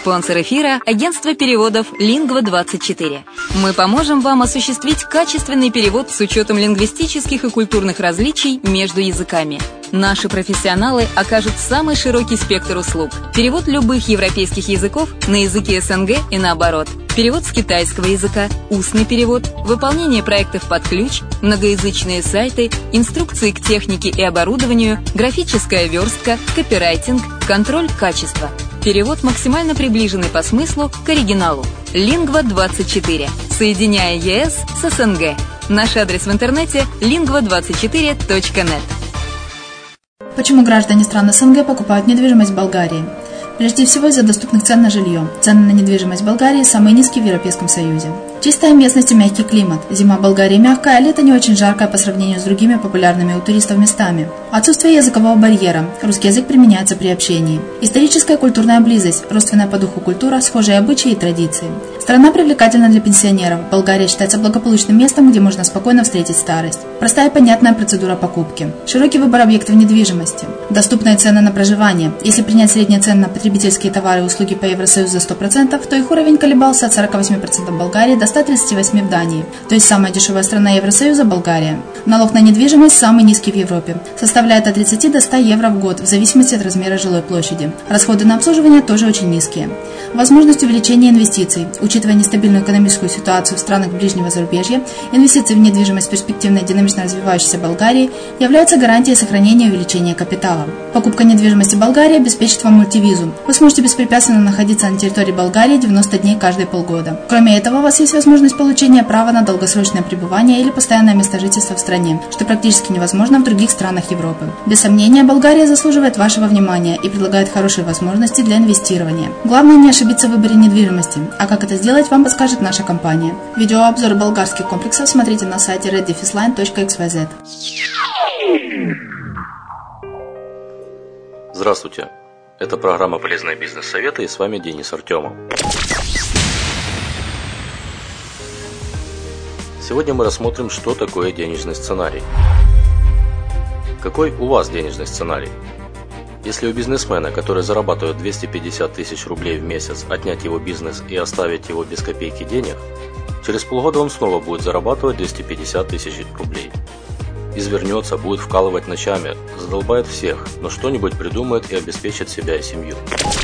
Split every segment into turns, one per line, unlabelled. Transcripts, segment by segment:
Спонсор эфира – агентство переводов Lingva24. Мы поможем вам осуществить качественный перевод с учетом лингвистических и культурных различий между языками. Наши профессионалы окажут самый широкий спектр услуг. Перевод любых европейских языков на языки СНГ и наоборот. Перевод с китайского языка, устный перевод, выполнение проектов под ключ, многоязычные сайты, инструкции к технике и оборудованию, графическая верстка, копирайтинг, контроль качества. Перевод максимально приближенный по смыслу к оригиналу. Lingva24. Соединяя ЕС с СНГ. Наш адрес в интернете lingva24.net.
Почему граждане стран СНГ покупают недвижимость в Болгарии? Прежде всего из-за доступных цен на жилье. Цены на недвижимость в Болгарии самые низкие в Европейском Союзе. Чистая местность и мягкий климат. Зима в Болгарии мягкая, а лето не очень жаркое по сравнению с другими популярными у туристов местами. Отсутствие языкового барьера. Русский язык применяется при общении. Историческая и культурная близость. Родственная по духу культура, схожие обычаи и традиции. Страна привлекательна для пенсионеров. Болгария считается благополучным местом, где можно спокойно встретить старость. Простая и понятная процедура покупки. Широкий выбор объектов недвижимости. Доступные цены на проживание. Если принять средние цены на потребительские товары и услуги по Евросоюзу за 100%, то их уровень колебался от 48% в Болгарии до 138% в Дании. То есть самая дешевая страна Евросоюза – Болгария. Налог на недвижимость самый низкий в Европе. Составляет от 30 до 100 евро в год, в зависимости от размера жилой площади. Расходы на обслуживание тоже очень низкие. Возможность увеличения инвестиций. Учитывая нестабильную экономическую ситуацию в странах ближнего зарубежья, инвестиции в недвижимость в перспективной динамично развивающейся Болгарии являются гарантией сохранения и увеличения капитала. Покупка недвижимости в Болгарии обеспечит вам мультивизу. Вы сможете беспрепятственно находиться на территории Болгарии 90 дней каждые полгода. Кроме этого, у вас есть возможность получения права на долгосрочное пребывание или постоянное место жительства в стране, что практически невозможно в других странах Европы. Без сомнения, Болгария заслуживает вашего внимания и предлагает хорошие возможности для инвестирования. Главное не ошибиться в выборе недвижимости, а как это сделать, вам подскажет наша компания. Видеообзор болгарских комплексов смотрите на сайте reddefisline.xyz.
Здравствуйте! Это программа «Полезные бизнес-советы» и с вами Денис Артемов. Сегодня мы рассмотрим, что такое денежный сценарий. Какой у вас денежный сценарий? Если у бизнесмена, который зарабатывает 250 тысяч рублей в месяц, отнять его бизнес и оставить его без копейки денег, через полгода он снова будет зарабатывать 250 тысяч рублей. Извернется, будет вкалывать ночами, задолбает всех, но что-нибудь придумает и обеспечит себя и семью.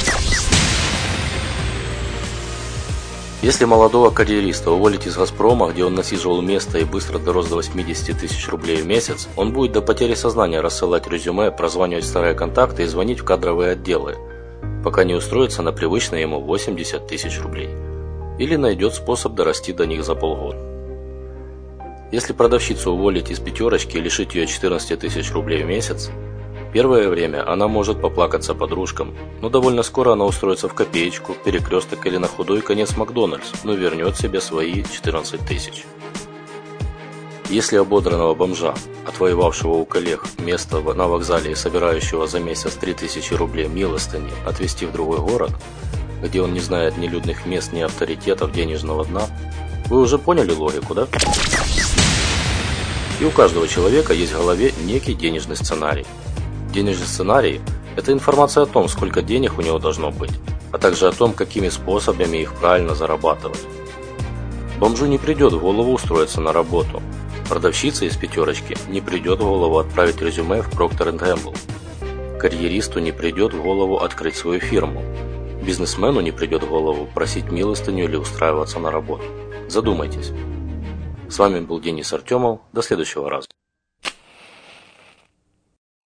Если молодого карьериста уволить из «Газпрома», где он насиживал место и быстро дорос до 80 тысяч рублей в месяц, он будет до потери сознания рассылать резюме, прозванивать старые контакты и звонить в кадровые отделы, пока не устроится на привычные ему 80 тысяч рублей. Или найдет способ дорасти до них за полгода. Если продавщицу уволить из «Пятерочки» и лишить ее 14 тысяч рублей в месяц, первое время она может поплакаться подружкам, но довольно скоро она устроится в «Копеечку», «Перекресток» или на худой конец «Макдональдс», но вернет себе свои 14 тысяч. Если ободранного бомжа, отвоевавшего у коллег место на вокзале и собирающего за месяц 3000 рублей милостыни, отвезти в другой город, где он не знает ни людных мест, ни авторитетов денежного дна, вы уже поняли логику, да? И у каждого человека есть в голове некий денежный сценарий. Денежный сценарий – это информация о том, сколько денег у него должно быть, а также о том, какими способами их правильно зарабатывать. Бомжу не придет в голову устроиться на работу. Продавщице из «Пятерочки» не придет в голову отправить резюме в Procter & Gamble. Карьеристу не придет в голову открыть свою фирму. Бизнесмену не придет в голову просить милостыню или устраиваться на работу. Задумайтесь. С вами был Денис Артемов. До следующего раза.